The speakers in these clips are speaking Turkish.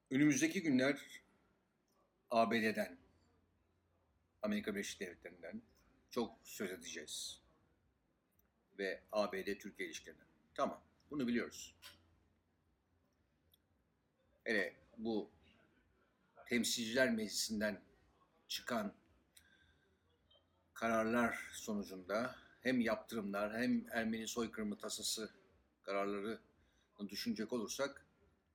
Önümüzdeki günler ABD'den, Amerika Birleşik Devletleri'nden çok söz edeceğiz ve ABD-Türkiye ilişkilerinden. Tamam, bunu biliyoruz. Hele bu Temsilciler Meclisi'nden çıkan kararlar sonucunda hem yaptırımlar hem Ermeni soykırımı tasası kararlarını düşünecek olursak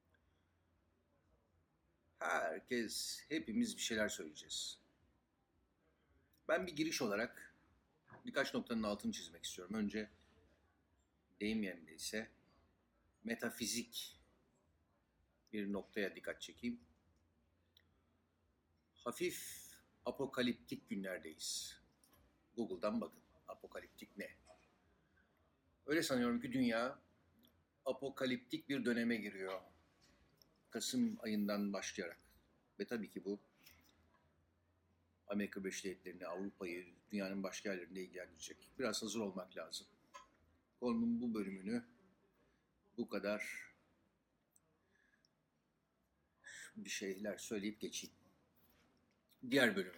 hepimiz bir şeyler söyleyeceğiz. Ben bir giriş olarak birkaç noktanın altını çizmek istiyorum. Önce deyim yerindeyse metafizik bir noktaya dikkat çekeyim. Hafif apokaliptik günlerdeyiz. Google'dan bakın. Apokaliptik ne? Öyle sanıyorum ki dünya apokaliptik bir döneme giriyor. Kasım ayından başlayarak. Ve tabii ki bu Amerika Birleşik Devletleri'ni, Avrupa'yı, dünyanın başka yerlerinde ilgilendirecek. Biraz hazır olmak lazım. Konunun bu bölümünü bu kadar bir şeyler söyleyip geçeyim. Diğer bölümü.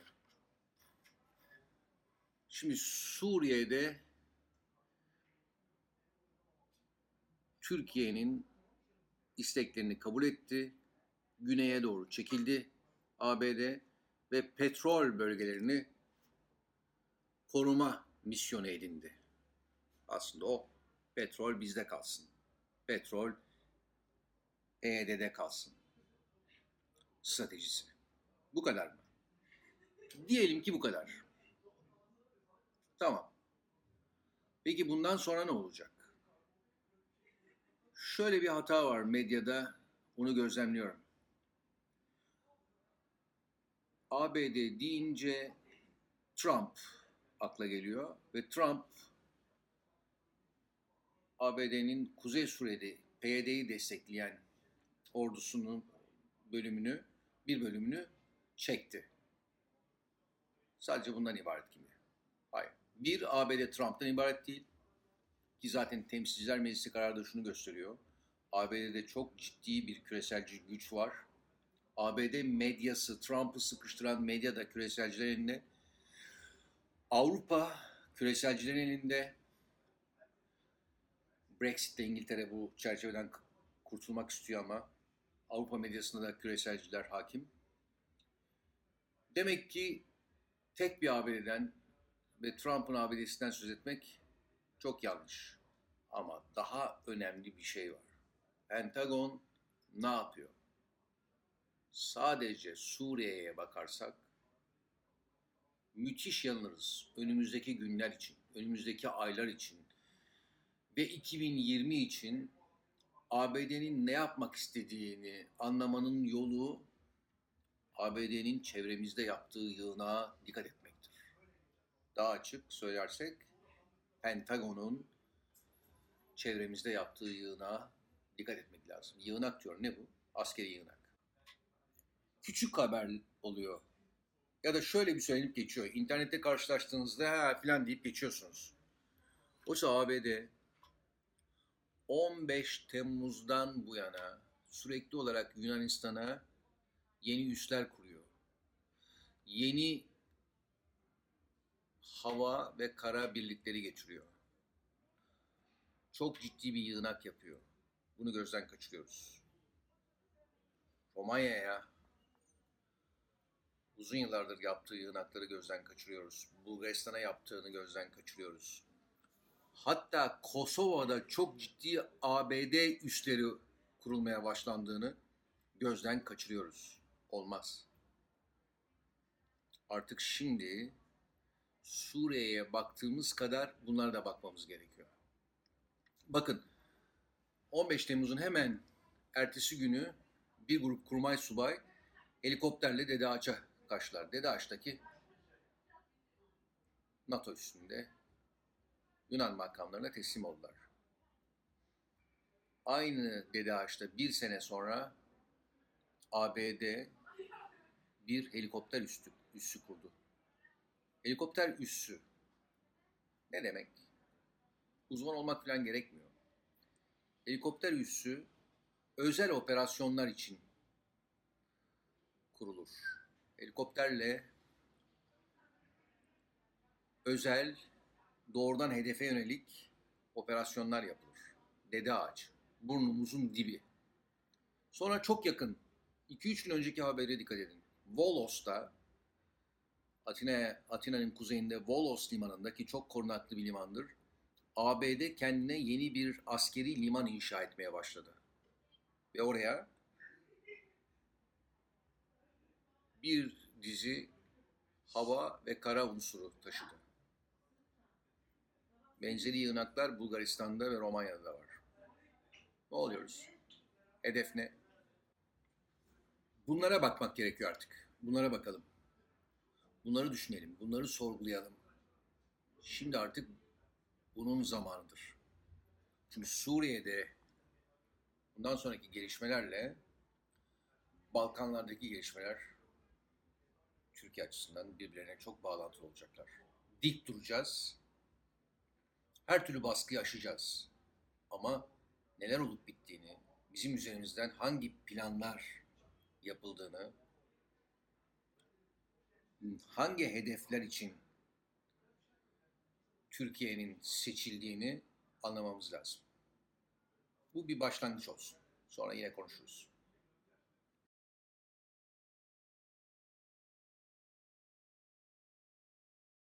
Şimdi Suriye'de Türkiye'nin isteklerini kabul etti. Güneye doğru çekildi ABD ve petrol bölgelerini koruma misyonu edindi. Aslında o petrol bizde kalsın. Petrol EYD'de kalsın stratejisi. Bu kadar mı? Diyelim ki bu kadar. Tamam. Peki bundan sonra ne olacak? Şöyle bir hata var medyada, onu gözlemliyorum. ABD deyince Trump akla geliyor ve Trump ABD'nin Kuzey Suriye'de PYD'yi destekleyen ordusunun bir bölümünü çekti. Sadece bundan ibaret gibi. Hayır. Bir ABD Trump'tan ibaret değil. Ki zaten Temsilciler Meclisi kararı da şunu gösteriyor. ABD'de çok ciddi bir küreselci güç var. ABD medyası, Trump'ı sıkıştıran medya da küreselcilerin elinde. Avrupa küreselcilerin elinde. Brexit'te İngiltere bu çerçeveden kurtulmak istiyor ama Avrupa medyasında da küreselciler hakim. Demek ki tek bir ABD'den ve Trump'ın ABD'sinden söz etmek çok yanlış. Ama daha önemli bir şey var. Pentagon ne yapıyor? Sadece Suriye'ye bakarsak müthiş yanılırız önümüzdeki günler için, önümüzdeki aylar için ve 2020 için ABD'nin ne yapmak istediğini anlamanın yolu ABD'nin çevremizde yaptığı yığınağa dikkat etmektir. Daha açık söylersek Pentagon'un çevremizde yaptığı yığınağa dikkat etmek lazım. Yığınak diyor, ne bu? Askeri yığınak. Küçük haber oluyor. Ya da şöyle bir söylenip geçiyor. İnternette karşılaştığınızda ha filan deyip geçiyorsunuz. Oysa ABD 15 Temmuz'dan bu yana sürekli olarak Yunanistan'a yeni üsler kuruyor. Yeni hava ve kara birlikleri getiriyor. Çok ciddi bir yığınak yapıyor. Bunu gözden kaçırıyoruz. Romanya'ya uzun yıllardır yaptığı yığınakları gözden kaçırıyoruz. Bulgaristan'a yaptığını gözden kaçırıyoruz. Hatta Kosova'da çok ciddi ABD üsleri kurulmaya başlandığını gözden kaçırıyoruz. Olmaz. Artık şimdi Suriye'ye baktığımız kadar bunlara da bakmamız gerekiyor. Bakın, 15 Temmuz'un hemen ertesi günü bir grup kurmay subay helikopterle Dede Ağaç'a kaçtılar. Dede Ağaç'taki NATO üstünde Yunan makamlarına teslim oldular. Aynı Dede Ağaç'ta bir sene sonra ABD bir helikopter üssü kurdu. Helikopter üssü ne demek? Uzman olmak falan gerekmiyor. Helikopter üssü özel operasyonlar için kurulur. Helikopterle özel, doğrudan hedefe yönelik operasyonlar yapılır. Dede Ağaç, burnumuzun dibi. Sonra çok yakın, 2-3 gün önceki habere dikkat edin. Volos'ta, Atina'nın kuzeyinde Volos limanında, ki çok korunaklı bir limandır, ABD kendine yeni bir askeri liman inşa etmeye başladı. Ve oraya bir dizi hava ve kara unsuru taşıdı. Benzeri yığınaklar Bulgaristan'da ve Romanya'da da var. Ne oluyoruz? Hedef ne? Bunlara bakmak gerekiyor artık. Bunlara bakalım. Bunları düşünelim. Bunları sorgulayalım. Şimdi artık bunun zamanıdır. Çünkü Suriye'de bundan sonraki gelişmelerle Balkanlardaki gelişmeler Türkiye açısından birbirlerine çok bağlantılı olacaklar. Dik duracağız. Her türlü baskıyı aşacağız. Ama neler olup bittiğini, bizim üzerimizden hangi planlar yapıldığını, hangi hedefler için Türkiye'nin seçildiğini anlamamız lazım. Bu bir başlangıç olsun. Sonra yine konuşuruz.